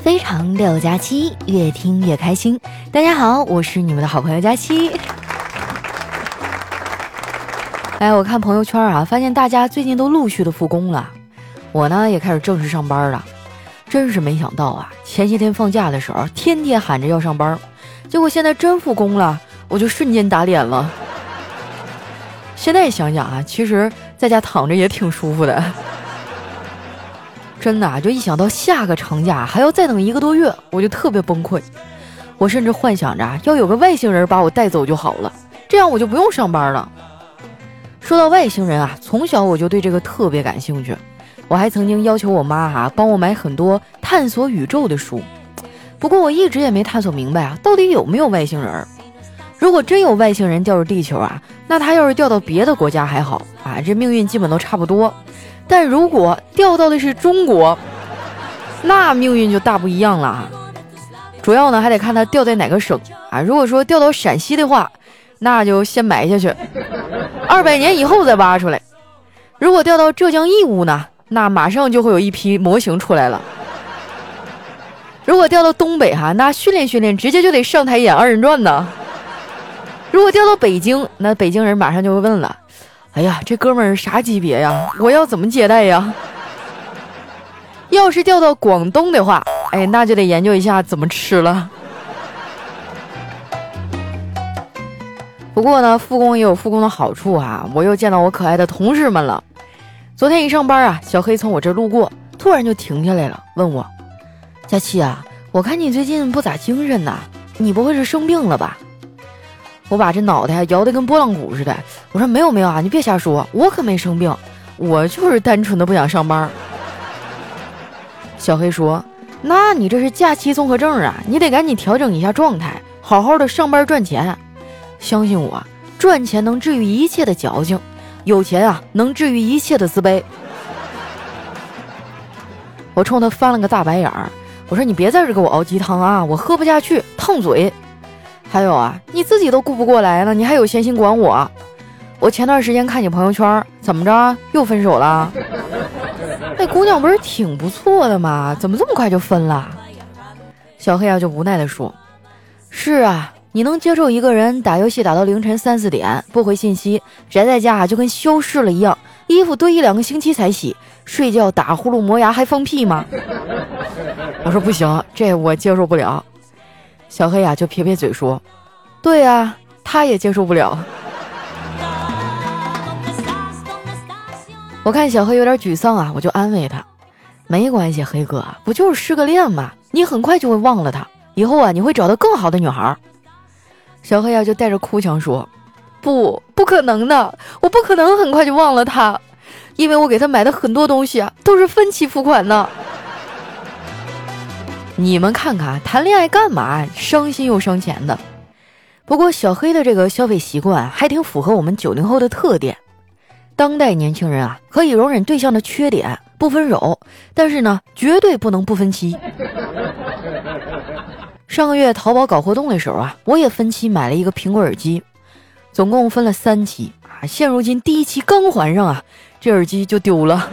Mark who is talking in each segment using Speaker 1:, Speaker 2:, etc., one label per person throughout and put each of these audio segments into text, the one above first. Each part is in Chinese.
Speaker 1: 非常六加七，越听越开心。大家好，我是你们的好朋友佳期。我看朋友圈啊，发现大家最近都陆续的复工了，我呢也开始正式上班了。真是没想到啊，前些天放假的时候，天天喊着要上班，结果现在真复工了，我就瞬间打脸了。现在想想啊，其实在家躺着也挺舒服的。真的就一想到下个长假还要再等1个多月，我就特别崩溃。我甚至幻想着要有个外星人把我带走就好了，这样我就不用上班了。说到外星人啊，从小我就对这个特别感兴趣。我还曾经要求我妈帮我买很多探索宇宙的书。不过我一直也没探索明白到底有没有外星人。如果真有外星人掉入地球那他要是掉到别的国家还好这命运基本都差不多。但如果掉到的是中国，那命运就大不一样了。主要呢还得看他掉在哪个省如果说掉到陕西的话，那就先埋下去，200年以后再挖出来。如果掉到浙江义乌呢，那马上就会有一批模型出来了。如果掉到东北那训练训练直接就得上台演2人转呢。如果掉到北京，那北京人马上就会问了，哎呀，这哥们儿啥级别呀？我要怎么接待呀？要是掉到广东的话，那就得研究一下怎么吃了。不过呢，复工也有复工的好处我又见到我可爱的同事们了。昨天一上班小黑从我这路过，突然就停下来了，问我：佳期我看你最近不咋精神呐，你不会是生病了吧？我把这脑袋摇得跟拨浪鼓似的，我说没有你别瞎说，我可没生病，我就是单纯的不想上班。小黑说：那你这是假期综合症你得赶紧调整一下状态，好好的上班赚钱。相信我，赚钱能治愈一切的矫情，有钱能治愈一切的自卑。我冲他翻了个大白眼儿，我说你别在这给我熬鸡汤我喝不下去，烫嘴。还有你自己都顾不过来了，你还有闲心管我？我前段时间看你朋友圈，怎么着又分手了？那姑娘不是挺不错的吗？怎么这么快就分了？小黑就无奈地说：是你能接受一个人打游戏打到凌晨3、4点，不回信息，宅在家就跟消失了一样，衣服堆1-2个星期才洗，睡觉打呼噜磨牙还放屁吗？我说不行，这我接受不了。小黑就撇撇嘴说：对他也接受不了。我看小黑有点沮丧我就安慰他：没关系，黑哥，不就是失个恋吗？你很快就会忘了他，以后你会找到更好的女孩。小黑就带着哭腔说：不可能的，我不可能很快就忘了他，因为我给他买的很多东西都是分期付款的。你们看看谈恋爱干嘛伤心又伤钱的。不过小黑的这个消费习惯还挺符合我们90后的特点。当代年轻人可以容忍对象的缺点，不分手，但是呢绝对不能不分期。上个月淘宝搞活动的时候我也分期买了一个苹果耳机，总共分了3期现如今第1期刚还上这耳机就丢了。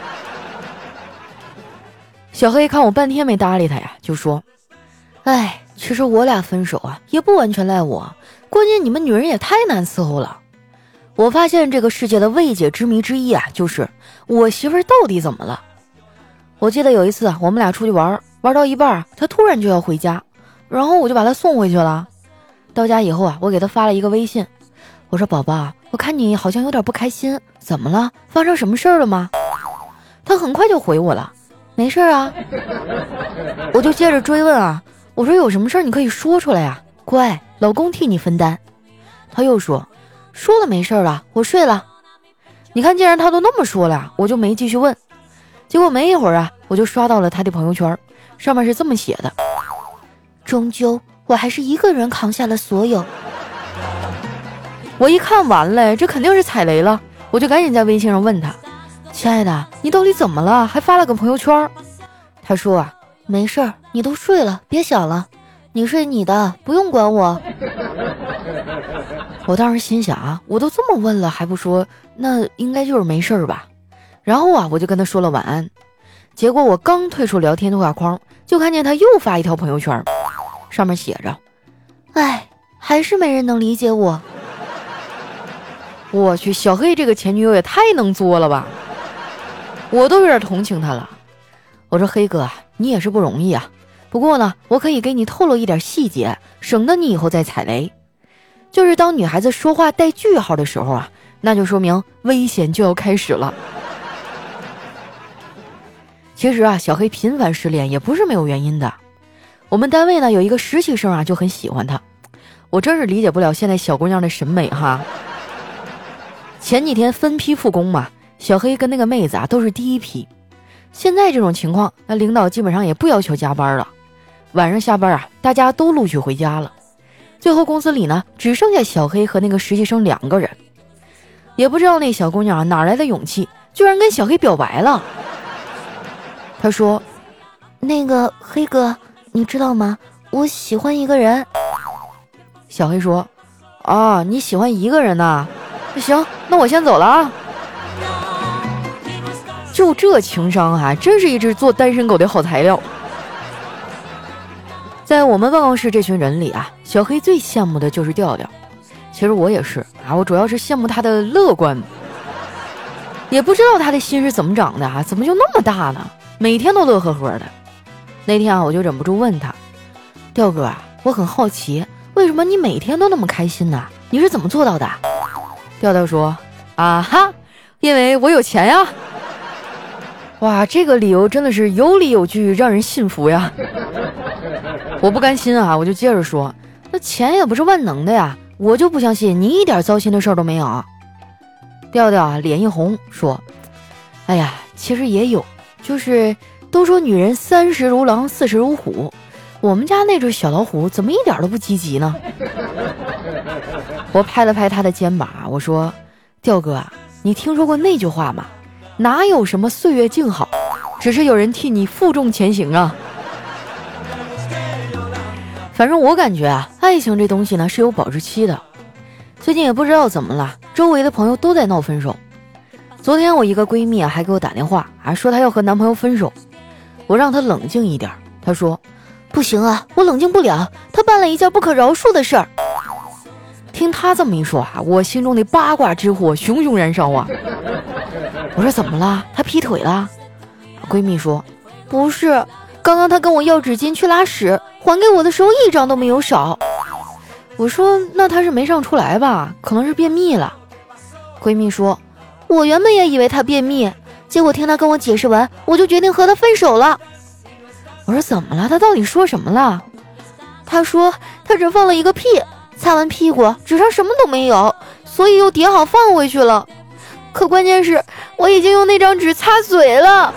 Speaker 1: 小黑看我半天没搭理他就说：其实我俩分手也不完全赖我，关键你们女人也太难伺候了。我发现这个世界的未解之谜之一就是我媳妇儿到底怎么了。我记得有一次我们俩出去玩到一半她突然就要回家，然后我就把她送回去了。到家以后我给她发了一个微信，我说：宝宝，我看你好像有点不开心，怎么了？发生什么事儿了吗？她很快就回我了：没事我就接着追问我说：有什么事儿你可以说出来乖，老公替你分担。他又说了没事了，我睡了。你看既然他都那么说了我就没继续问。结果没一会儿我就刷到了他的朋友圈，上面是这么写的：终究我还是一个人扛下了所有。我一看完了，这肯定是踩雷了，我就赶紧在微信上问他：亲爱的，你到底怎么了？还发了个朋友圈。他说没事儿，你都睡了，别想了，你睡你的，不用管我。我当时心想我都这么问了还不说，那应该就是没事吧。然后我就跟他说了晚安。结果我刚退出聊天对话框， 就看见他又发一条朋友圈，上面写着：哎，还是没人能理解我。我去，小黑这个前女友也太能作了吧，我都有点同情他了。我说黑哥啊，你也是不容易啊，不过呢，我可以给你透露一点细节，省得你以后再踩雷。就是当女孩子说话带句号的时候啊，那就说明危险就要开始了。其实啊，小黑频繁失恋也不是没有原因的。我们单位呢有一个实习生啊，就很喜欢他，我真是理解不了现在小姑娘的审美哈。前几天分批复工嘛，小黑跟那个妹子啊都是第一批。现在这种情况，那领导基本上也不要求加班了。晚上下班啊，大家都陆续回家了。最后公司里呢，只剩下小黑和那个实习生2个人。也不知道那小姑娘哪来的勇气，居然跟小黑表白了。她说：那个黑哥，你知道吗？我喜欢一个人。小黑说：啊，你喜欢一个人呐？行，那我先走了啊。就这情商啊，真是一只做单身狗的好材料。在我们办公室这群人里啊，小黑最羡慕的就是调调。其实我也是啊，我主要是羡慕他的乐观。也不知道他的心是怎么长的啊，怎么就那么大呢？每天都乐呵呵的。那天啊，我就忍不住问他：调哥啊，我很好奇，为什么你每天都那么开心呢？你是怎么做到的？调调说：啊哈，因为我有钱呀。哇，这个理由真的是有理有据，让人信服呀。我不甘心啊，我就接着说：那钱也不是万能的呀，我就不相信你一点糟心的事儿都没有。调调啊，脸一红说：哎呀，其实也有，就是都说女人30如狼，40如虎，我们家那只小老虎怎么一点都不积极呢？我拍了拍他的肩膀，我说：调哥啊，你听说过那句话吗？哪有什么岁月静好，只是有人替你负重前行啊。反正我感觉啊，爱情这东西呢是有保质期的。最近也不知道怎么了，周围的朋友都在闹分手。昨天我一个闺蜜啊还给我打电话啊，说她要和男朋友分手。我让她冷静一点，她说：不行啊，我冷静不了，他办了一件不可饶恕的事儿。听她这么一说啊，我心中的八卦之火熊熊燃烧啊。我说怎么了？他劈腿了？闺蜜说：不是，刚刚他跟我要纸巾去拉屎，还给我的时候1张都没有少。我说那他是没上出来吧，可能是便秘了。闺蜜说：我原本也以为他便秘，结果听他跟我解释完，我就决定和他分手了。我说怎么了？他到底说什么了？他说他只放了一个屁，擦完屁股纸上什么都没有，所以又叠好放回去了。可关键是我已经用那张纸擦嘴了。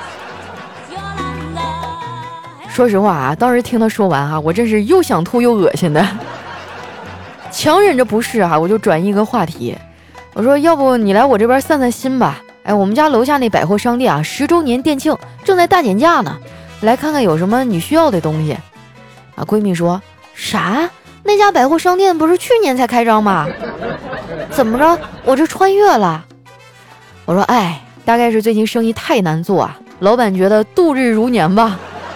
Speaker 1: 说实话啊，当时听他说完啊，我真是又想吐又恶心的。强忍着不适啊，我就转移一个话题，我说要不你来我这边散散心吧。哎，我们家楼下那百货商店啊，10周年店庆正在大减价呢，来看看有什么你需要的东西。啊，闺蜜说：啥？那家百货商店不是去年才开张吗？怎么着？我这穿越了？我说哎，大概是最近生意太难做啊，老板觉得度日如年吧。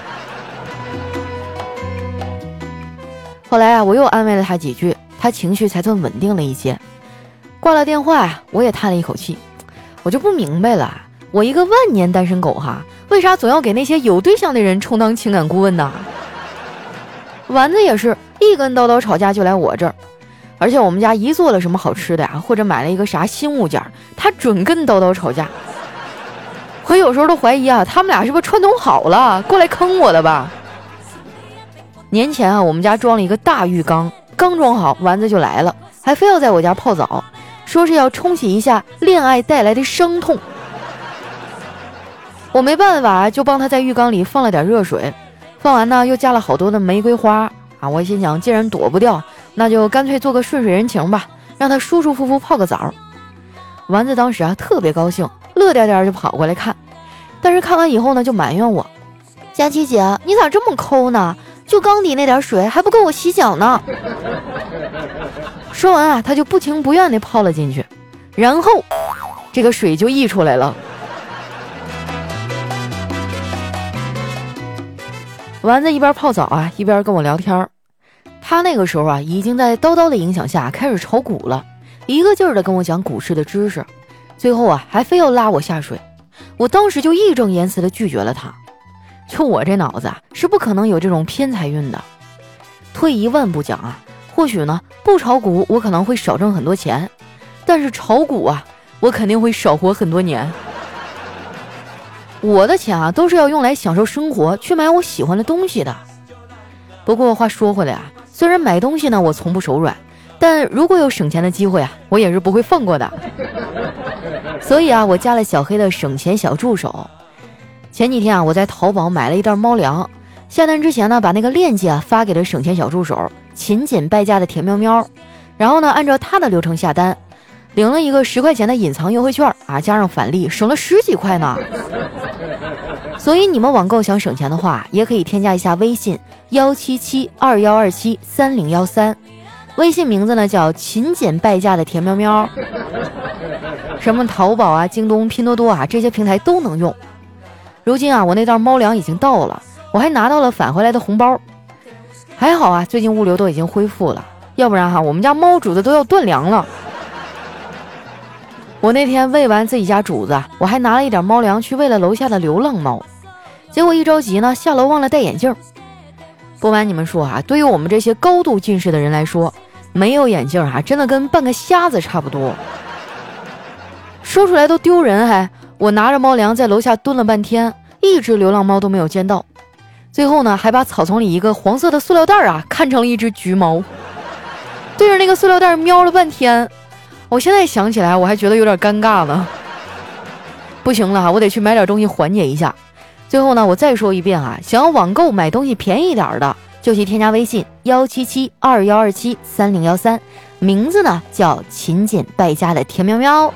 Speaker 1: 后来啊，我又安慰了他几句，他情绪才算稳定了一些。挂了电话啊，我也叹了一口气，我就不明白了，我一个万年单身狗哈，为啥总要给那些有对象的人充当情感顾问呢？丸子也是一跟叨叨吵架就来我这儿，而且我们家一做了什么好吃的呀，或者买了一个啥新物件，他准跟叨叨吵架。我有时候都怀疑啊，他们俩是不是串通好了过来坑我的吧？年前啊，我们家装了一个大浴缸，刚装好，丸子就来了，还非要在我家泡澡，说是要冲洗一下恋爱带来的伤痛。我没办法，就帮他在浴缸里放了点热水，放完呢又加了好多的玫瑰花啊。我心想，既然躲不掉，那就干脆做个顺水人情吧，让他舒舒服服泡个澡。丸子当时啊特别高兴，乐颠颠就跑过来看，但是看完以后呢，就埋怨我：佳琪姐，你咋这么抠呢？就缸底那点水还不够我洗脚呢。说完啊，他就不情不愿地泡了进去，然后这个水就溢出来了。 丸子一边泡澡啊，一边跟我聊天。他那个时候啊，已经在叨叨的影响下开始炒股了，一个劲儿的跟我讲股市的知识，最后啊还非要拉我下水。我当时就义正言辞的拒绝了他。就我这脑子啊，是不可能有这种偏财运的。退一万步讲啊，或许呢不炒股我可能会少挣很多钱，但是炒股啊，我肯定会少活很多年。我的钱啊都是要用来享受生活，去买我喜欢的东西的。不过话说回来啊，虽然买东西呢我从不手软，但如果有省钱的机会啊，我也是不会放过的。所以啊，我加了小黑的省钱小助手。前几天啊，我在淘宝买了一袋猫粮，下单之前呢，把那个链接啊发给了省钱小助手，勤俭败家的甜喵喵。然后呢，按照他的流程下单，领了一个10块钱的隐藏优惠券啊，加上返利，省了10几块呢。所以你们网购想省钱的话，也可以添加一下微信17721273013，微信名字呢叫勤俭败家的甜喵喵。什么淘宝啊、京东、拼多多啊，这些平台都能用。如今啊，我那袋猫粮已经到了，我还拿到了返回来的红包。还好啊，最近物流都已经恢复了，要不然我们家猫主子都要断粮了。我那天喂完自己家主子，我还拿了一点猫粮去喂了楼下的流浪猫，结果一着急呢，下楼忘了戴眼镜。不瞒你们说啊，对于我们这些高度近视的人来说，没有眼镜真的跟半个瞎子差不多。说出来都丢人，我拿着猫粮在楼下蹲了半天，一只流浪猫都没有见到。最后呢，还把草丛里一个黄色的塑料袋看成了一只橘猫，对着那个塑料袋瞄了半天。我现在想起来我还觉得有点尴尬呢。不行了我得去买点东西缓解一下。最后呢，我再说一遍想要网购买东西便宜点的，就去添加微信17721273013，名字呢叫勤俭败家的甜喵喵。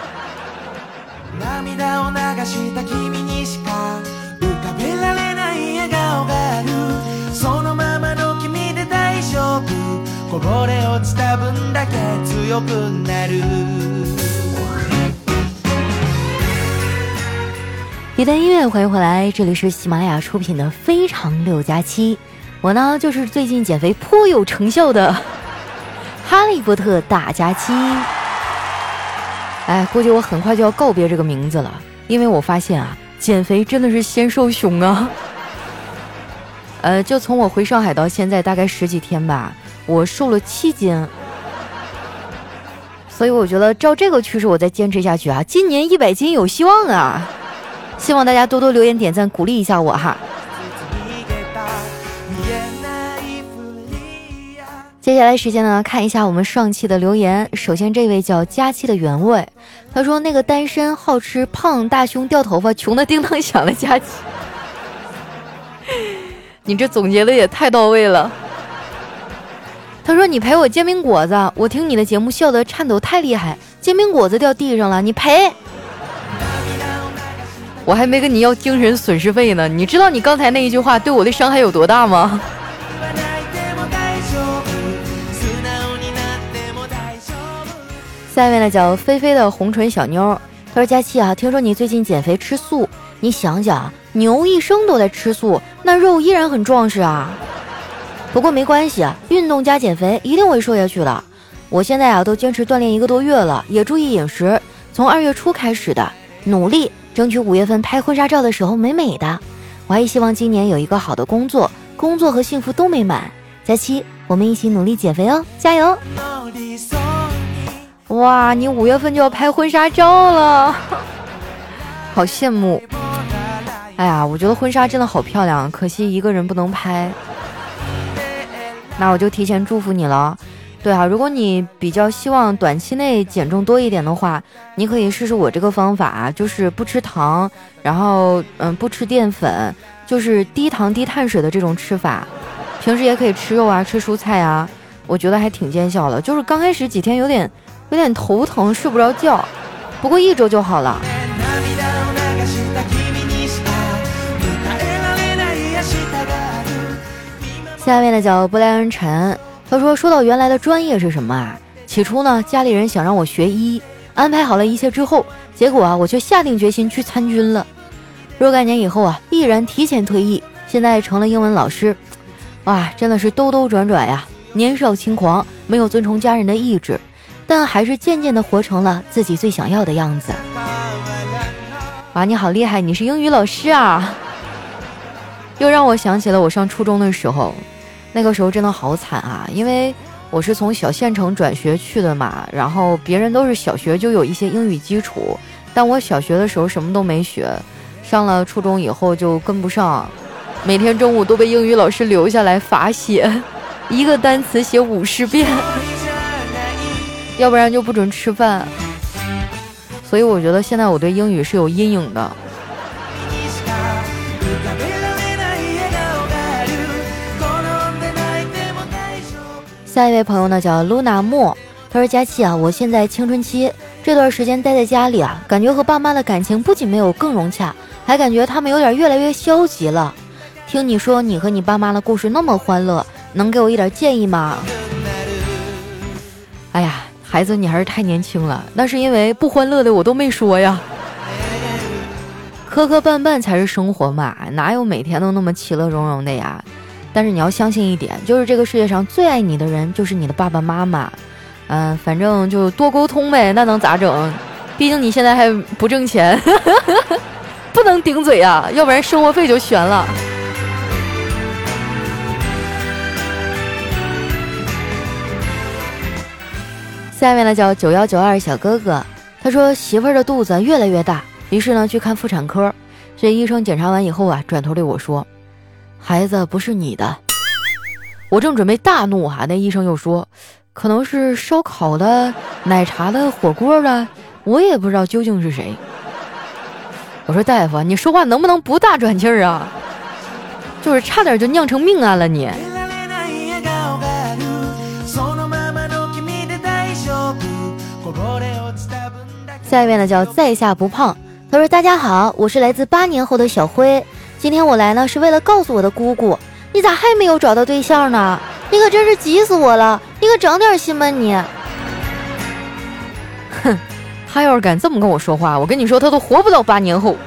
Speaker 1: 一段音乐，欢迎回来，这里是喜马拉雅出品的非常6+7，我呢就是最近减肥颇有成效的哈利波特大假期。估计我很快就要告别这个名字了，因为我发现减肥真的是先瘦熊啊。就从我回上海到现在大概10几天吧，我瘦了7斤，所以我觉得照这个趋势我再坚持下去今年100斤有希望啊！希望大家多多留言点赞鼓励一下我接下来时间呢，看一下我们上期的留言。首先这位叫佳期的原味，他说那个单身好吃胖大胸掉头发穷的叮当响的佳期。你这总结的也太到位了。他说你赔我煎饼果子，我听你的节目笑得颤抖太厉害，煎饼果子掉地上了，你赔。我还没跟你要精神损失费呢，你知道你刚才那一句话对我的伤害有多大吗？下面呢叫菲菲的红唇小妞，他说佳期听说你最近减肥吃素，你想想牛一生都在吃素，那肉依然很壮实不过没关系运动加减肥一定会瘦下去的。我现在都坚持锻炼1个多月了，也注意饮食，从2月初开始的，努力争取5月份拍婚纱照的时候美美的。我还希望今年有一个好的工作和幸福都美满。佳期，我们一起努力减肥哦，加油！哇，你5月份就要拍婚纱照了，好羡慕。哎呀，我觉得婚纱真的好漂亮，可惜一个人不能拍。那我就提前祝福你了。对如果你比较希望短期内减重多一点的话，你可以试试我这个方法就是不吃糖，然后不吃淀粉，就是低糖低碳水的这种吃法。平时也可以吃肉吃蔬菜我觉得还挺见效的。就是刚开始几天有点头疼，睡不着觉，不过1周就好了。下面的叫布莱恩陈，他说到原来的专业是什么起初呢，家里人想让我学医，安排好了一切之后，结果我却下定决心去参军了。若干年以后毅然提前退役， 现在成了英文老师。哇，真的是兜兜转转呀，年少轻狂，没有遵从家人的意志，但还是渐渐地活成了自己最想要的样子。哇，你好厉害，你是英语老师啊。又让我想起了我上初中的时候，那个时候真的好惨啊，因为我是从小县城转学去的嘛，然后别人都是小学就有一些英语基础，但我小学的时候什么都没学，上了初中以后就跟不上，每天中午都被英语老师留下来罚写，一个单词写50遍，要不然就不准吃饭。所以我觉得现在我对英语是有阴影的。下一位朋友呢叫露娜莫，他说佳琪啊，我现在青春期，这段时间待在家里啊，感觉和爸妈的感情不仅没有更融洽，还感觉他们有点越来越消极了。听你说你和你爸妈的故事那么欢乐，能给我一点建议吗？哎呀，孩子你还是太年轻了，那是因为不欢乐的我都没说呀。磕磕绊绊才是生活嘛，哪有每天都那么其乐融融的呀？但是你要相信一点，就是这个世界上最爱你的人就是你的爸爸妈妈。反正就多沟通呗，那能咋整？毕竟你现在还不挣钱，不能顶嘴啊，要不然生活费就悬了。下面呢叫9192小哥哥，他说媳妇儿的肚子越来越大，于是呢去看妇产科，这医生检查完以后啊，转头对我说，孩子不是你的。我正准备大怒哈，那医生又说，可能是烧烤的、奶茶的、火锅的，我也不知道究竟是谁。我说大夫，你说话能不能不大转气儿啊？就是差点就酿成命案了你。下一位呢叫在下不胖，他说大家好，我是来自8年后的小辉，今天我来呢是为了告诉我的姑姑，你咋还没有找到对象呢？你可真是急死我了，你可长点心吧你。哼，他要是敢这么跟我说话，我跟你说他都活不到8年后。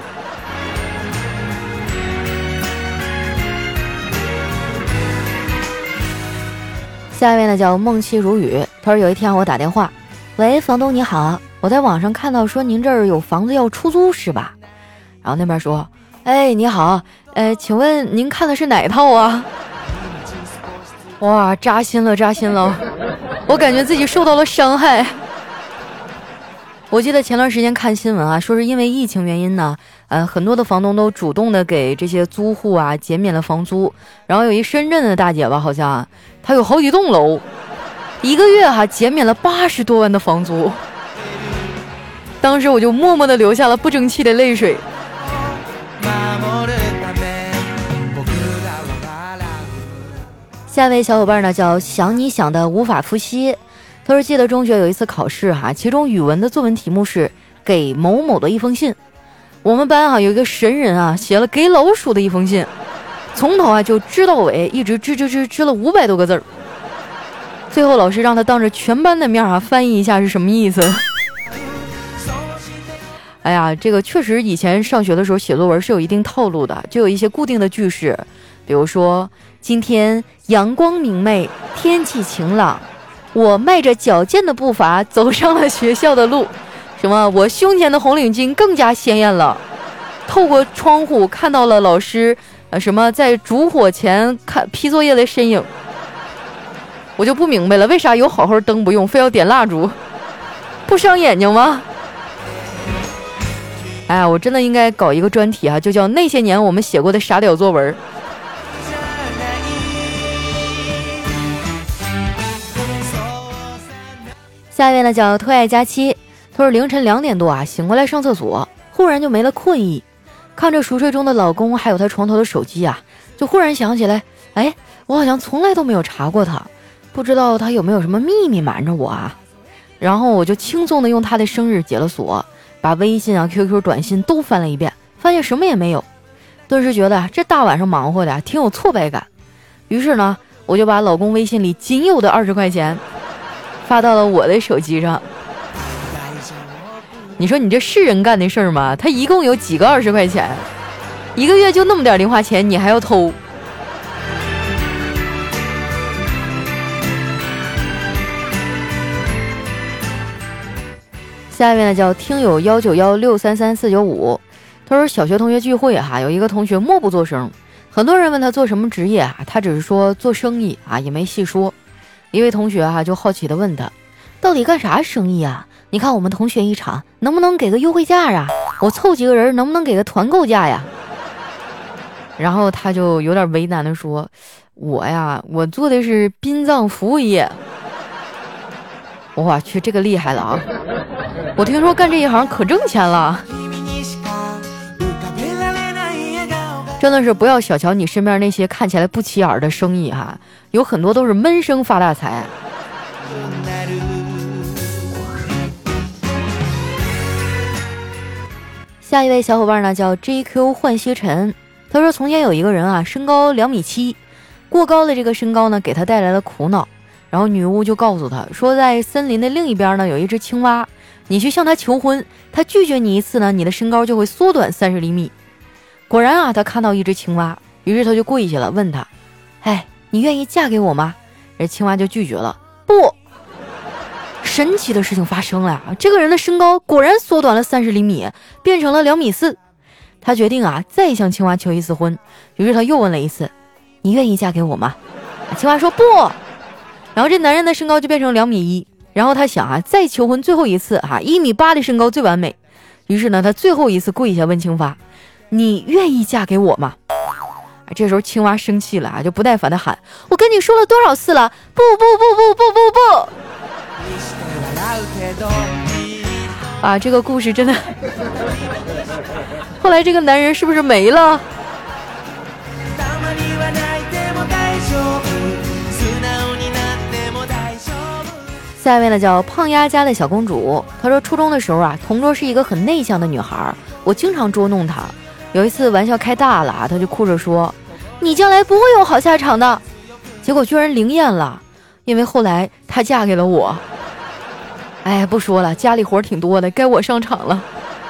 Speaker 1: 下一位呢叫梦妻如雨，他说有一天我打电话，喂，房东你好，我在网上看到说您这儿有房子要出租是吧？然后那边说，哎你好，请问您看的是哪套啊？哇，扎心了扎心了，我感觉自己受到了伤害。我记得前段时间看新闻啊，说是因为疫情原因呢，很多的房东都主动的给这些租户啊减免了房租，然后有一深圳的大姐吧，好像她有好几栋楼，一个月减免了80多万的房租。当时我就默默的流下了不争气的泪水。下一位小伙伴呢叫想你想的无法复习，他说记得中学有一次考试其中语文的作文题目是给某某的一封信，我们班有一个神人写了给老鼠的一封信，从头就支到尾，一直支了500多个字儿，最后老师让他当着全班的面翻译一下是什么意思。哎呀，这个确实以前上学的时候写作文是有一定套路的，就有一些固定的句式，比如说今天阳光明媚，天气晴朗，我迈着矫健的步伐走上了学校的路，什么我胸前的红领巾更加鲜艳了，透过窗户看到了老师什么在烛火前批作业的身影。我就不明白了，为啥有好好灯不用，非要点蜡烛？不伤眼睛吗？哎呀，我真的应该搞一个专题就叫那些年我们写过的傻屌作文。下一位呢叫特爱佳期，他说凌晨2点多醒过来上厕所，忽然就没了困意，看着熟睡中的老公还有他床头的手机就忽然想起来，哎，我好像从来都没有查过他，不知道他有没有什么秘密瞒着我然后我就轻松的用他的生日解了锁，把微信QQ 短信都翻了一遍，发现什么也没有，顿时觉得这大晚上忙活的挺有挫败感。于是呢，我就把老公微信里仅有的20块钱发到了我的手机上。你说你这是人干的事儿吗？他一共有几个20块钱？ 1个月就那么点零花钱，你还要偷？下一位呢叫听友191633495，他说小学同学聚会有一个同学默不作声，很多人问他做什么职业他只是说做生意也没细说。一位同学就好奇的问他，到底干啥生意啊？你看我们同学一场，能不能给个优惠价啊？我凑几个人能不能给个团购价呀？然后他就有点为难的说，我做的是殡葬服务业。我去，这个厉害了啊！我听说干这一行可挣钱了。真的是不要小瞧你身边那些看起来不起眼的生意有很多都是闷声发大财。下一位小伙伴呢叫 JQ 幻西尘，他说从前有一个人身高2.7米，过高的这个身高呢给他带来了苦恼，然后女巫就告诉他说，在森林的另一边呢有一只青蛙，你去向他求婚，他拒绝你一次呢，你的身高就会缩短30厘米。果然他看到一只青蛙，于是他就跪下了，问他，你愿意嫁给我吗？这青蛙就拒绝了，不。神奇的事情发生了这个人的身高果然缩短了30厘米，变成了2.4米。他决定再向青蛙求一次婚，于是他又问了一次，你愿意嫁给我吗？青蛙说不。然后这男人的身高就变成2.1米，然后他想再求婚最后一次1.8米的身高最完美。于是呢他最后一次跪下问青蛙，你愿意嫁给我吗？这时候青蛙生气了就不耐烦的喊，我跟你说了多少次了，不不不不不不不。这个故事真的后来这个男人是不是没了？下一位呢叫胖丫家的小公主，她说初中的时候同桌是一个很内向的女孩，我经常捉弄她。有一次玩笑开大了她就哭着说，你将来不会有好下场的。结果居然灵验了，因为后来她嫁给了我。不说了，家里活挺多的，该我上场了。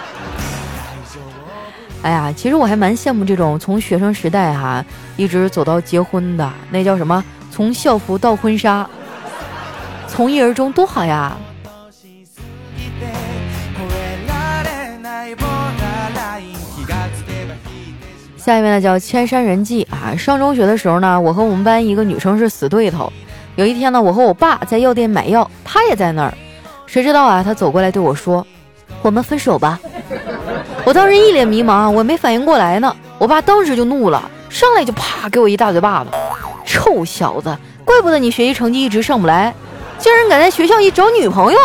Speaker 1: 其实我还蛮羡慕这种从学生时代一直走到结婚的，那叫什么，从校服到婚纱，从一而终，多好呀。下一位呢叫千山人迹上中学的时候呢，我和我们班一个女生是死对头。有一天呢，我和我爸在药店买药，她也在那儿。谁知道她走过来对我说，我们分手吧。我当时一脸迷茫，我没反应过来呢。我爸当时就怒了，上来就啪给我一大嘴巴子，臭小子，怪不得你学习成绩一直上不来，竟然敢在学校里找女朋友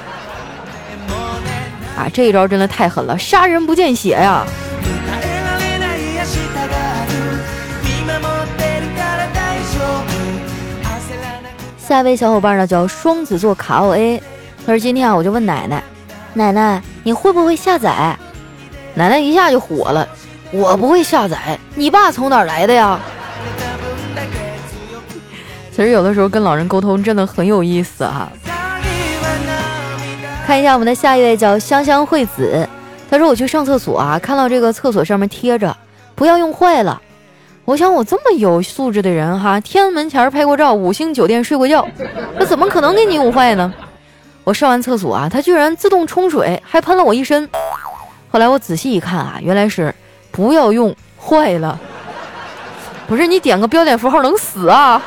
Speaker 1: 这一招真的太狠了，杀人不见血呀。下一位小伙伴呢叫双子座卡奥 A， 他说今天我就问奶奶，奶奶你会不会下载？奶奶一下就火了，我不会下载，你爸从哪儿来的呀？其实有的时候跟老人沟通真的很有意思看一下我们的下一位叫香香惠子，他说我去上厕所看到这个厕所上面贴着不要用坏了。我想我这么有素质的人天安门前拍过照，5星酒店睡过觉，那怎么可能给你用坏呢？我上完厕所它居然自动冲水，还喷了我一身。后来我仔细一看原来是不要用坏了。不是你点个标点符号能死啊？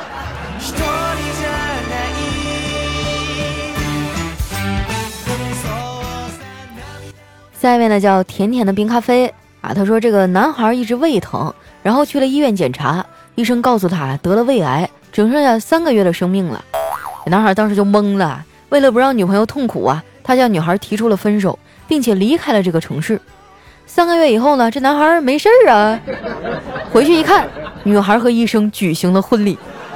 Speaker 1: 下一位呢叫甜甜的冰咖啡他说这个男孩一直胃疼，然后去了医院检查，医生告诉他得了胃癌，只剩下3个月的生命了。男孩当时就懵了，为了不让女朋友痛苦他向女孩提出了分手，并且离开了这个城市。3个月以后呢，这男孩没事回去一看，女孩和医生举行了婚礼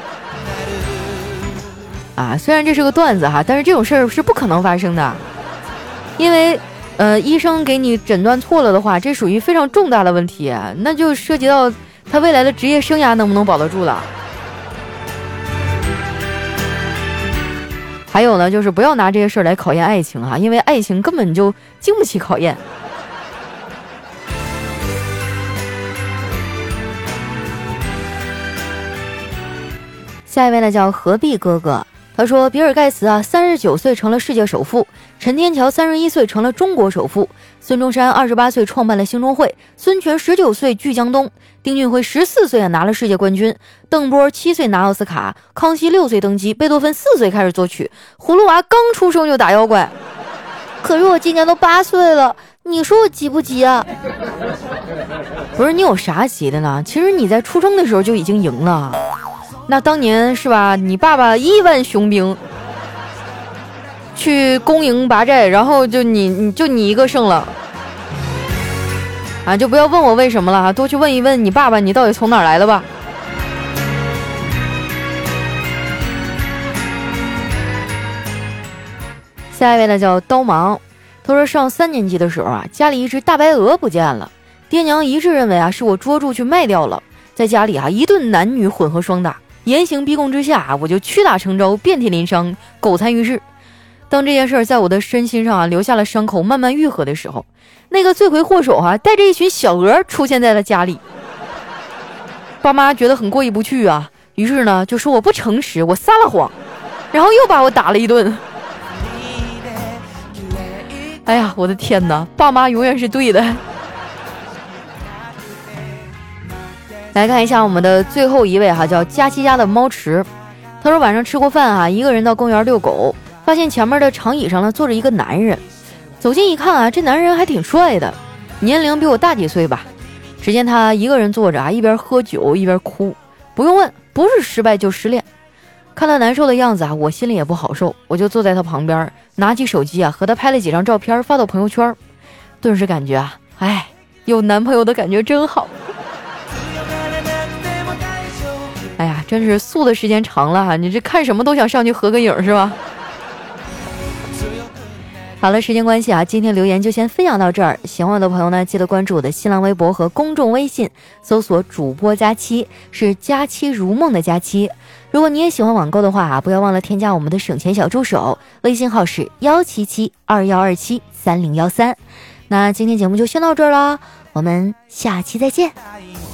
Speaker 1: 虽然这是个段子但是这种事儿是不可能发生的，因为医生给你诊断错了的话，这属于非常重大的问题那就涉及到他未来的职业生涯能不能保得住了。还有呢，就是不要拿这些事儿来考验爱情因为爱情根本就经不起考验。 下一位呢叫何必哥哥，他说比尔盖茨啊39岁成了世界首富，陈天桥31岁成了中国首富，孙中山28岁创办了兴中会，孙权19岁据江东，丁俊晖14岁拿了世界冠军，邓波7岁拿奥斯卡，康熙6岁登基，贝多芬4岁开始作曲，葫芦娃刚出生就打妖怪。可是我今年都8岁了，你说我急不急啊？不是，你有啥急的呢？其实你在出生的时候就已经赢了。那当年是吧，你爸爸1万雄兵去攻营拔寨，然后就你一个胜了啊！就不要问我为什么了，多去问一问你爸爸，你到底从哪儿来的吧。下一位呢叫刀芒，他说上3年级的时候啊，家里一只大白鹅不见了，爹娘一致认为啊是我捉住去卖掉了，在家里啊一顿男女混合双打，严刑逼供之下，我就屈打成招，遍体鳞伤，苟残于世。当这件事在我的身心上啊留下了伤口，慢慢愈合的时候，那个罪魁祸首啊带着一群小鹅出现在了家里。爸妈觉得很过意不去啊，于是呢就说我不诚实，我撒了谎，然后又把我打了一顿。哎呀，我的天哪，爸妈永远是对的。来看一下我们的最后一位哈，叫佳琪家的猫池。他说晚上吃过饭啊，一个人到公园遛狗，发现前面的长椅上呢坐着一个男人。走近一看啊，这男人还挺帅的，年龄比我大几岁吧。只见他一个人坐着啊，一边喝酒一边哭。不用问，不是失败就失恋。看他难受的样子啊，我心里也不好受，我就坐在他旁边，拿起手机啊，和他拍了几张照片发到朋友圈。顿时感觉啊，哎，有男朋友的感觉真好。哎呀，真是素的时间长了哈，你这看什么都想上去合个影是吧？好了，时间关系啊，今天留言就先分享到这儿。喜欢我的朋友呢，记得关注我的新浪微博和公众微信，搜索主播佳期，是佳期如梦的佳期。如果你也喜欢网购的话啊，不要忘了添加我们的省钱小助手，微信号是17721273013。那今天节目就先到这儿啦，我们下期再见。